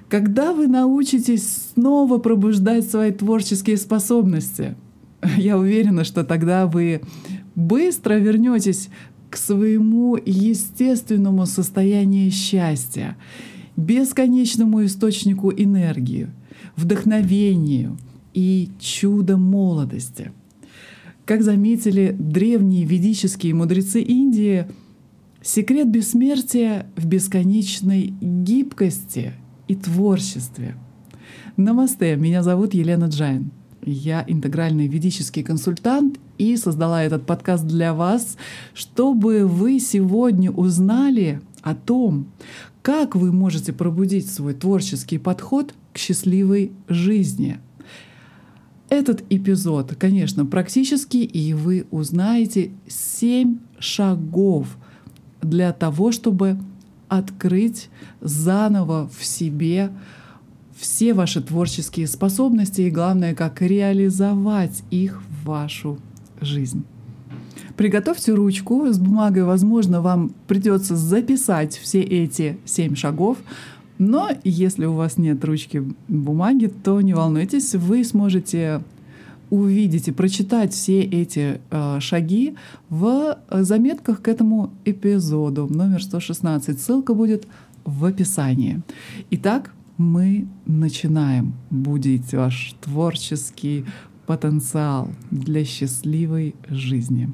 Когда вы научитесь снова пробуждать свои творческие способности, я уверена, что тогда вы быстро вернетесь к своему естественному состоянию счастья, бесконечному источнику энергии, вдохновению и чуда молодости. Как заметили древние ведические мудрецы Индии, секрет бессмертия в бесконечной гибкости и творчестве. Намасте, меня зовут Елена Джайн. Я интегральный ведический консультант и создала этот подкаст для вас, чтобы вы сегодня узнали о том, как вы можете пробудить свой творческий подход к счастливой жизни. Этот эпизод, конечно, практический, и вы узнаете 7 шагов для того, чтобы открыть заново в себе все ваши творческие способности и, главное, как реализовать их в вашу жизнь. Приготовьте ручку с бумагой. Возможно, вам придется записать все эти 7 шагов, но если у вас нет ручки бумаги, то не волнуйтесь, вы сможете увидеть и прочитать все эти шаги в заметках к этому эпизоду номер 116. Ссылка будет в описании. Итак, мы начинаем будить ваш творческий потенциал для счастливой жизни.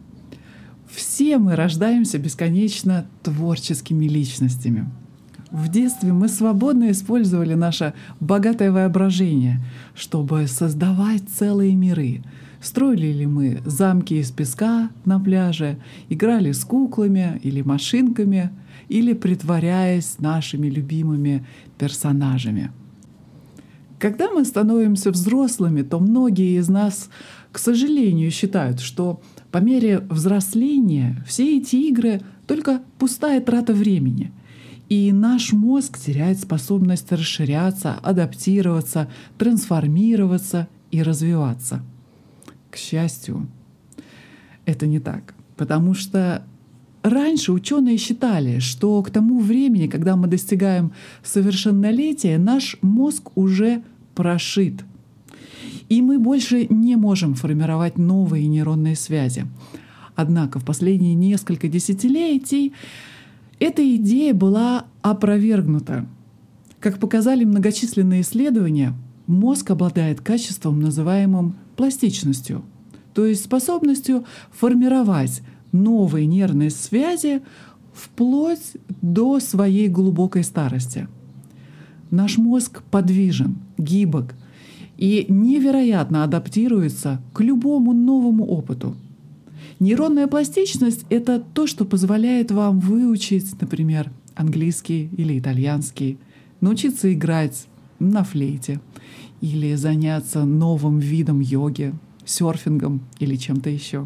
Все мы рождаемся бесконечно творческими личностями. В детстве мы свободно использовали наше богатое воображение, чтобы создавать целые миры. Строили ли мы замки из песка на пляже, играли с куклами или машинками, или притворяясь нашими любимыми персонажами. Когда мы становимся взрослыми, то многие из нас, к сожалению, считают, что по мере взросления все эти игры — только пустая трата времени. И наш мозг теряет способность расширяться, адаптироваться, трансформироваться и развиваться. К счастью, это не так, потому что раньше ученые считали, что к тому времени, когда мы достигаем совершеннолетия, наш мозг уже прошит, и мы больше не можем формировать новые нейронные связи. Однако в последние несколько десятилетий эта идея была опровергнута. Как показали многочисленные исследования, мозг обладает качеством, называемым пластичностью, то есть способностью формировать новые нервные связи вплоть до своей глубокой старости. Наш мозг подвижен, гибок и невероятно адаптируется к любому новому опыту. Нейронная пластичность — это то, что позволяет вам выучить, например, английский или итальянский, научиться играть на флейте или заняться новым видом йоги, серфингом или чем-то еще.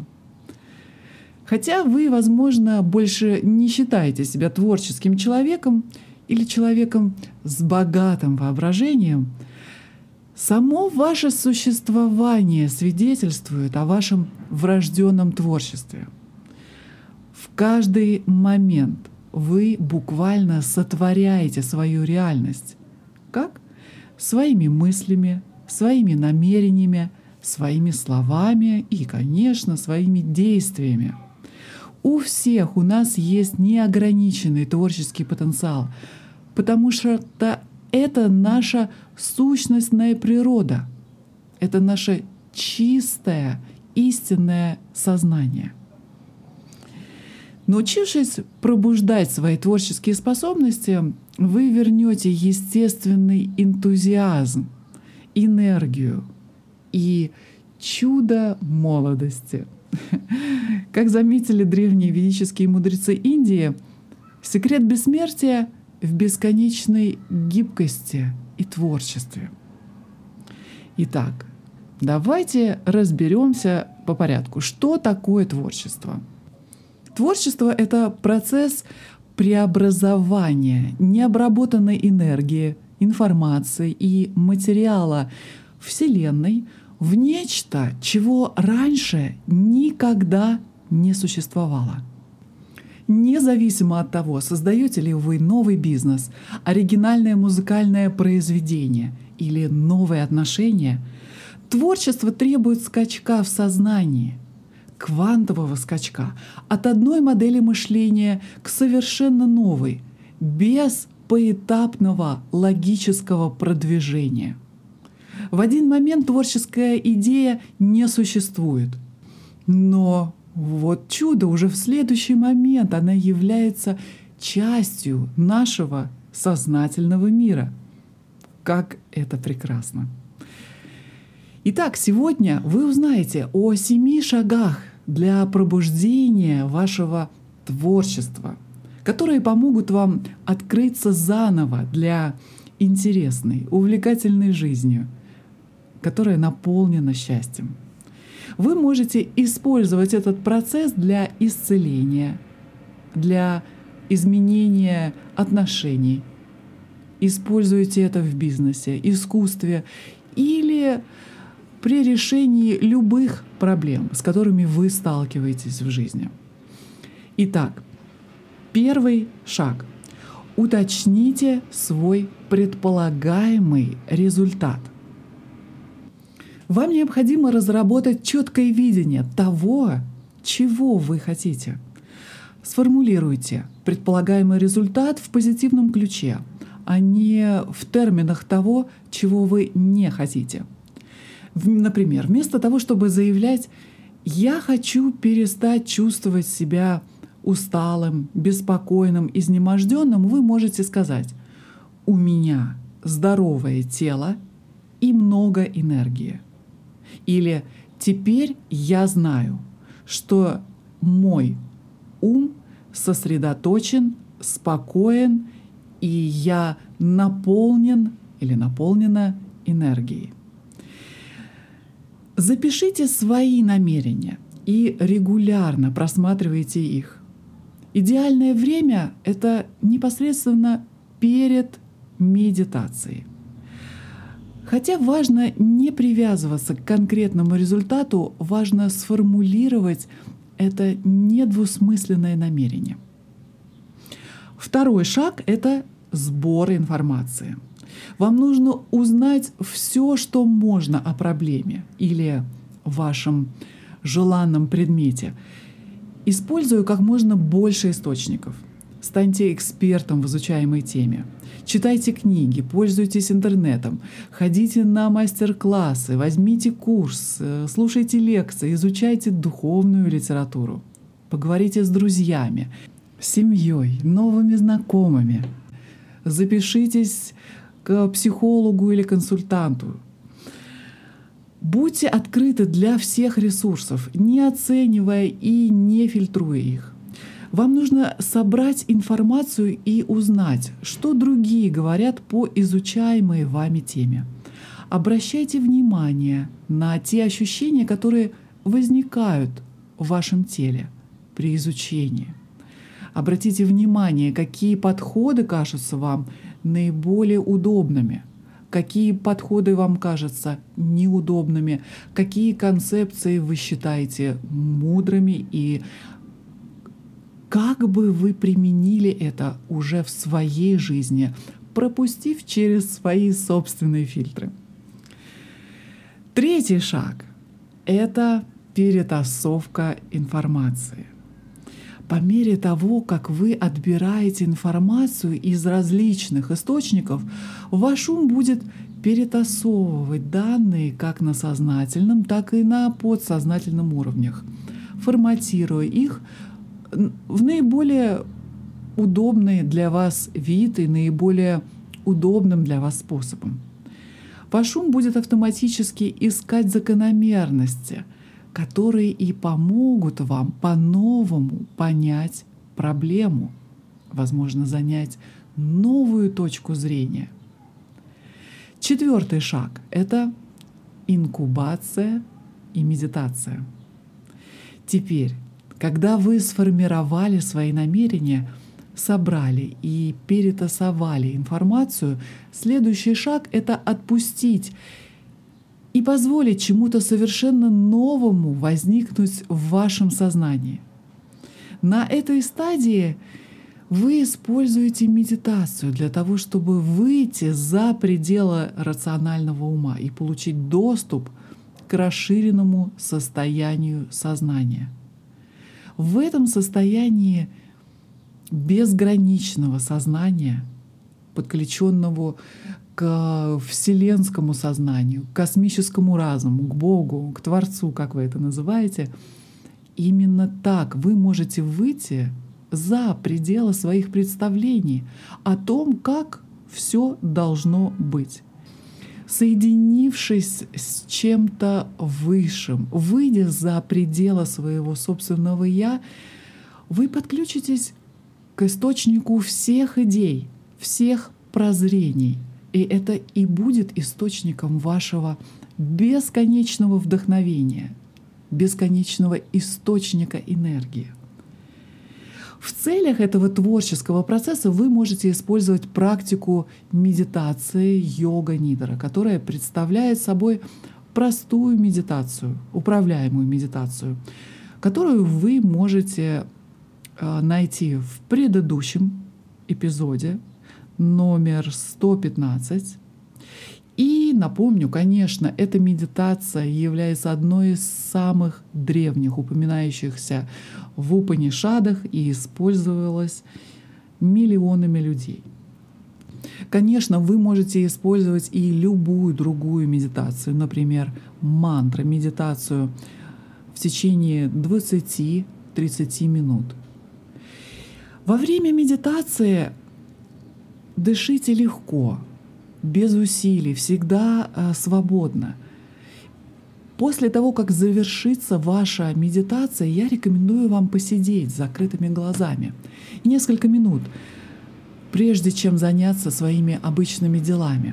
Хотя вы, возможно, больше не считаете себя творческим человеком или человеком с богатым воображением, само ваше существование свидетельствует о вашем врожденном творчестве. В каждый момент вы буквально сотворяете свою реальность. Как? Своими мыслями, своими намерениями, своими словами и, конечно, своими действиями. У всех у нас есть неограниченный творческий потенциал, потому что это наша сущностная природа, это наше чистое, истинное сознание. Научившись пробуждать свои творческие способности, вы вернете естественный энтузиазм, энергию и чудо молодости. Как заметили древние ведические мудрецы Индии, секрет бессмертия в бесконечной гибкости и творчестве. Итак, давайте разберемся по порядку. Что такое творчество? Творчество — это процесс преобразования необработанной энергии, информации и материала Вселенной в нечто, чего раньше никогда не существовало. Независимо от того, создаете ли вы новый бизнес, оригинальное музыкальное произведение или новые отношения, творчество требует скачка в сознании, квантового скачка от одной модели мышления к совершенно новой, без поэтапного логического продвижения. В один момент творческая идея не существует, но вот чудо, уже в следующий момент она является частью нашего сознательного мира. Как это прекрасно! Итак, сегодня вы узнаете о 7 шагах для пробуждения вашего творчества, которые помогут вам открыться заново для интересной, увлекательной жизнью, которая наполнена счастьем. Вы можете использовать этот процесс для исцеления, для изменения отношений. Используйте это в бизнесе, искусстве или при решении любых проблем, с которыми вы сталкиваетесь в жизни. Итак, первый шаг. Уточните свой предполагаемый результат. Вам необходимо разработать четкое видение того, чего вы хотите. Сформулируйте предполагаемый результат в позитивном ключе, а не в терминах того, чего вы не хотите. Например, вместо того, чтобы заявлять «я хочу перестать чувствовать себя усталым, беспокойным, изнеможденным», вы можете сказать «у меня здоровое тело и много энергии». Или «теперь я знаю, что мой ум сосредоточен, спокоен, и я наполнен или наполнена энергией». Запишите свои намерения и регулярно просматривайте их. Идеальное время — это непосредственно перед медитацией. Хотя важно не привязываться к конкретному результату, важно сформулировать это недвусмысленное намерение. Второй шаг — это сбор информации. Вам нужно узнать все, что можно о проблеме или вашем желанном предмете, используя как можно больше источников. Станьте экспертом в изучаемой теме. Читайте книги, пользуйтесь интернетом, ходите на мастер-классы, возьмите курс, слушайте лекции, изучайте духовную литературу. Поговорите с друзьями, с семьей, новыми знакомыми. Запишитесь к психологу или консультанту. Будьте открыты для всех ресурсов, не оценивая и не фильтруя их. Вам нужно собрать информацию и узнать, что другие говорят по изучаемой вами теме. Обращайте внимание на те ощущения, которые возникают в вашем теле при изучении. Обратите внимание, какие подходы кажутся вам наиболее удобными, какие подходы вам кажутся неудобными, какие концепции вы считаете мудрыми и как бы вы применили это уже в своей жизни, пропустив через свои собственные фильтры. Третий шаг — это перетасовка информации. По мере того, как вы отбираете информацию из различных источников, ваш ум будет перетасовывать данные как на сознательном, так и на подсознательном уровнях, форматируя их в наиболее удобный для вас вид и наиболее удобным для вас способом. Ваш ум будет автоматически искать закономерности, которые и помогут вам по-новому понять проблему, возможно, занять новую точку зрения. Четвертый шаг — это инкубация и медитация. Теперь, когда вы сформировали свои намерения, собрали и перетасовали информацию, следующий шаг — это отпустить и позволить чему-то совершенно новому возникнуть в вашем сознании. На этой стадии вы используете медитацию для того, чтобы выйти за пределы рационального ума и получить доступ к расширенному состоянию сознания. В этом состоянии безграничного сознания, подключенного к вселенскому сознанию, к космическому разуму, к Богу, к Творцу, как вы это называете, именно так вы можете выйти за пределы своих представлений о том, как все должно быть. Соединившись с чем-то высшим, выйдя за пределы своего собственного «я», вы подключитесь к источнику всех идей, всех прозрений. И это и будет источником вашего бесконечного вдохновения, бесконечного источника энергии. В целях этого творческого процесса вы можете использовать практику медитации йога-нидра, которая представляет собой простую медитацию, управляемую медитацию, которую вы можете найти в предыдущем эпизоде номер 115. И напомню, конечно, эта медитация является одной из самых древних, упоминающихся в Упанишадах и использовалась миллионами людей. Конечно, вы можете использовать и любую другую медитацию, например, мантра-медитацию в течение 20-30 минут. Во время медитации дышите легко, без усилий, всегда свободно. После того, как завершится ваша медитация, я рекомендую вам посидеть с закрытыми глазами несколько минут, прежде чем заняться своими обычными делами.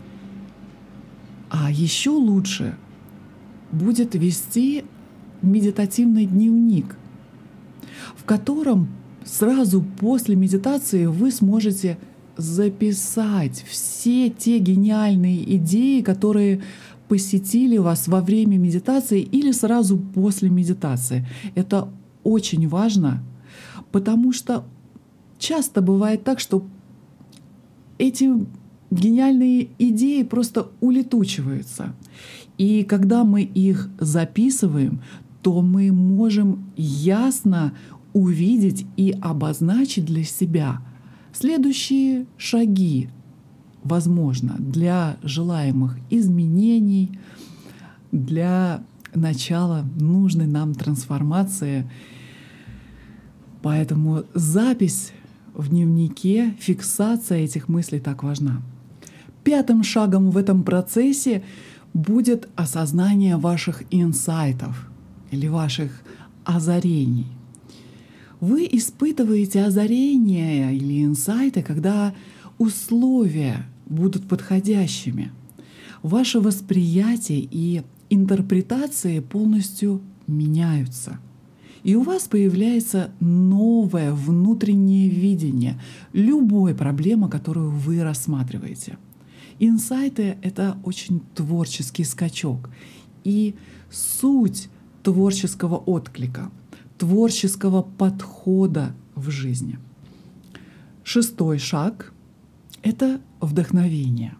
А еще лучше будет вести медитативный дневник, в котором сразу после медитации вы сможете записать все те гениальные идеи, которые посетили вас во время медитации или сразу после медитации. Это очень важно, потому что часто бывает так, что эти гениальные идеи просто улетучиваются. И когда мы их записываем, то мы можем ясно увидеть и обозначить для себя следующие шаги, возможно, для желаемых изменений, для начала нужной нам трансформации. Поэтому запись в дневнике, фиксация этих мыслей так важна. Пятым шагом в этом процессе будет осознание ваших инсайтов или ваших озарений. Вы испытываете озарения или инсайты, когда условия будут подходящими. Ваше восприятие и интерпретации полностью меняются. И у вас появляется новое внутреннее видение любой проблемы, которую вы рассматриваете. Инсайты — это очень творческий скачок и суть творческого отклика, творческого подхода в жизни. Шестой шаг — это вдохновение.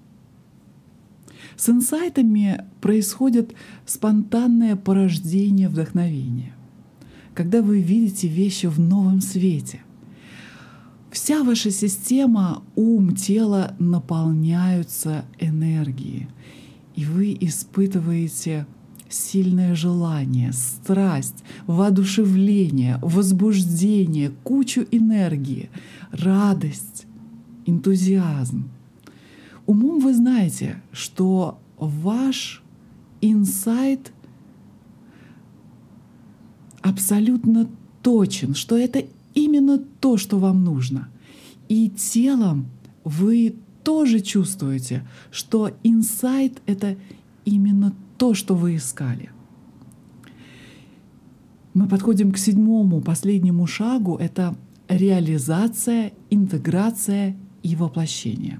С инсайтами происходит спонтанное порождение вдохновения, когда вы видите вещи в новом свете. Вся ваша система, ум, тело наполняются энергией, и вы испытываете сильное желание, страсть, воодушевление, возбуждение, кучу энергии, радость, энтузиазм. Умом вы знаете, что ваш инсайт абсолютно точен, что это именно то, что вам нужно. И телом вы тоже чувствуете, что инсайт — это именно то, что вы искали. Мы подходим к седьмому, последнему шагу — это реализация, интеграция и воплощение.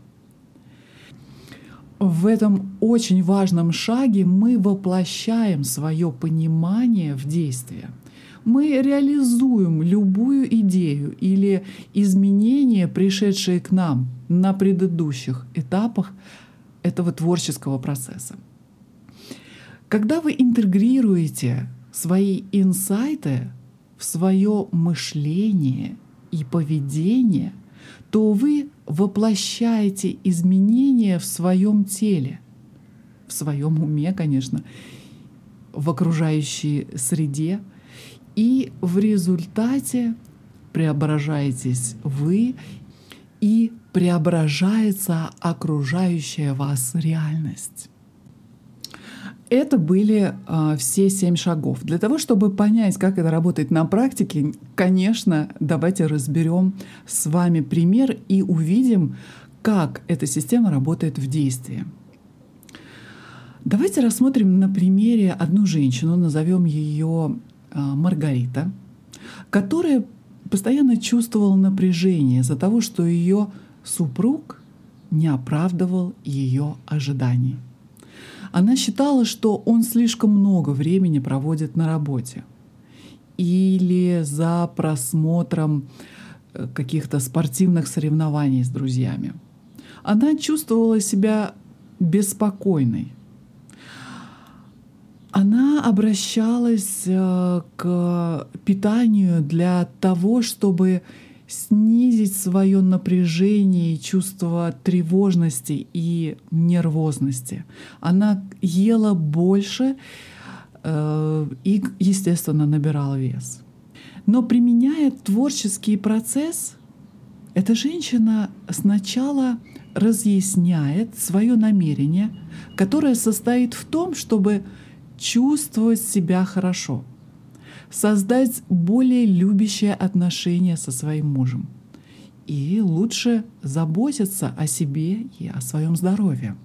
В этом очень важном шаге мы воплощаем свое понимание в действие. Мы реализуем любую идею или изменения, пришедшие к нам на предыдущих этапах этого творческого процесса. Когда вы интегрируете свои инсайты в свое мышление и поведение, то вы воплощаете изменения в своем теле, в своем уме, конечно, в окружающей среде, и в результате преображаетесь вы и преображается окружающая вас реальность. Это были все 7 шагов. Для того, чтобы понять, как это работает на практике, конечно, давайте разберем с вами пример и увидим, как эта система работает в действии. Давайте рассмотрим на примере одну женщину, назовем ее Маргарита, которая постоянно чувствовала напряжение из-за того, что ее супруг не оправдывал ее ожиданий. Она считала, что он слишком много времени проводит на работе или за просмотром каких-то спортивных соревнований с друзьями. Она чувствовала себя беспокойной. Она обращалась к питанию для того, чтобы снизить свое напряжение и чувство тревожности и нервозности. Она ела больше и, естественно, набирала вес. Но применяя творческий процесс, эта женщина сначала разъясняет свое намерение, которое состоит в том, чтобы чувствовать себя хорошо, создать более любящее отношение со своим мужем и лучше заботиться о себе и о своем здоровье.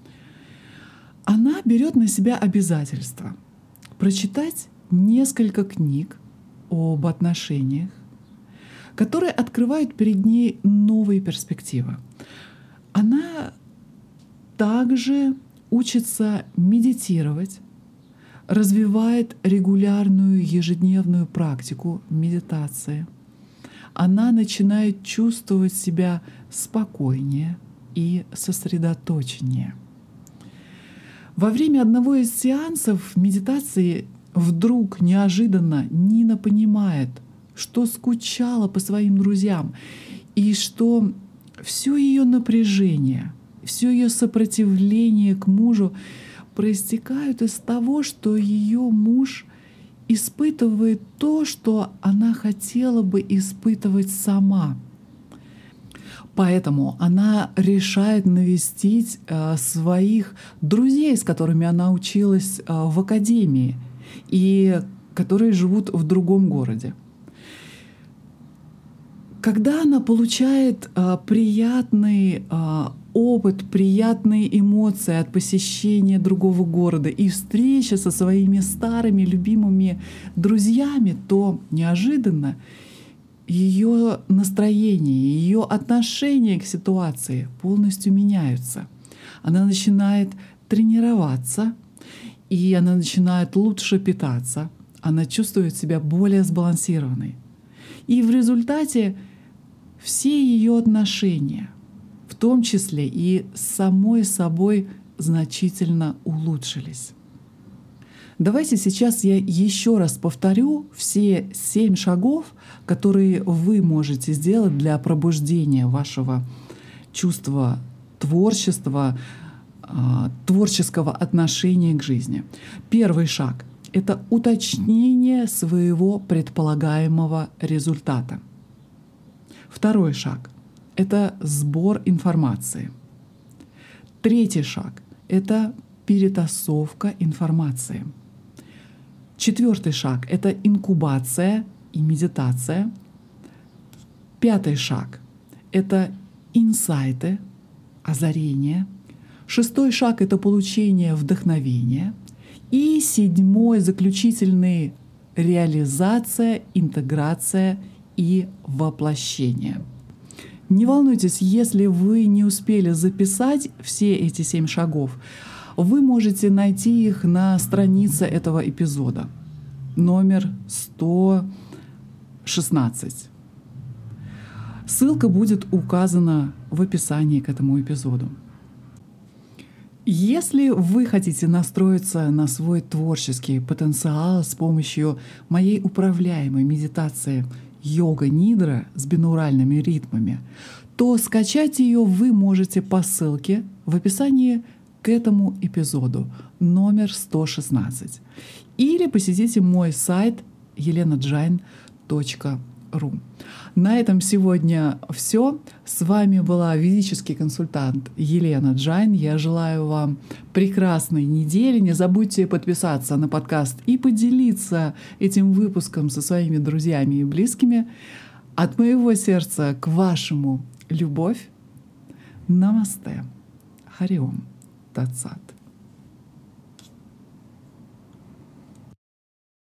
Она берет на себя обязательство прочитать несколько книг об отношениях, которые открывают перед ней новые перспективы. Она также учится медитировать, развивает регулярную ежедневную практику медитации. Она начинает чувствовать себя спокойнее и сосредоточеннее. Во время одного из сеансов медитации вдруг неожиданно Нина понимает, что скучала по своим друзьям и что все ее напряжение, все ее сопротивление к мужу проистекают из того, что ее муж испытывает то, что она хотела бы испытывать сама. Поэтому она решает навестить своих друзей, с которыми она училась в академии и которые живут в другом городе. Когда она получает приятный опыт, приятные эмоции от посещения другого города и встречи со своими старыми любимыми друзьями, то неожиданно ее настроение, ее отношение к ситуации полностью меняются. Она начинает тренироваться, и она начинает лучше питаться, она чувствует себя более сбалансированной. И в результате все ее отношения, в том числе и с самой собой, значительно улучшились. Давайте сейчас я еще раз повторю все 7 шагов, которые вы можете сделать для пробуждения вашего чувства творчества, творческого отношения к жизни. Первый шаг — это уточнение своего предполагаемого результата. Второй шаг — это сбор информации. Третий шаг — это перетасовка информации. Четвертый шаг — это инкубация и медитация. Пятый шаг — это инсайты, озарение. Шестой шаг — это получение вдохновения. И седьмой, заключительный — реализация, интеграция и воплощение. Не волнуйтесь, если вы не успели записать все эти 7 шагов, вы можете найти их на странице этого эпизода. номер 116. Ссылка будет указана в описании к этому эпизоду. Если вы хотите настроиться на свой творческий потенциал с помощью моей управляемой медитации йога-нидра с бинуральными ритмами, то скачать ее вы можете по ссылке в описании к этому эпизоду номер 116. Или посетите мой сайт elenajain.ru. На этом сегодня все. С вами была ведический консультант Елена Джайн. Я желаю вам прекрасной недели. Не забудьте подписаться на подкаст и поделиться этим выпуском со своими друзьями и близкими. От моего сердца к вашему любовь. Намасте. Хари Ом. Тат Сат.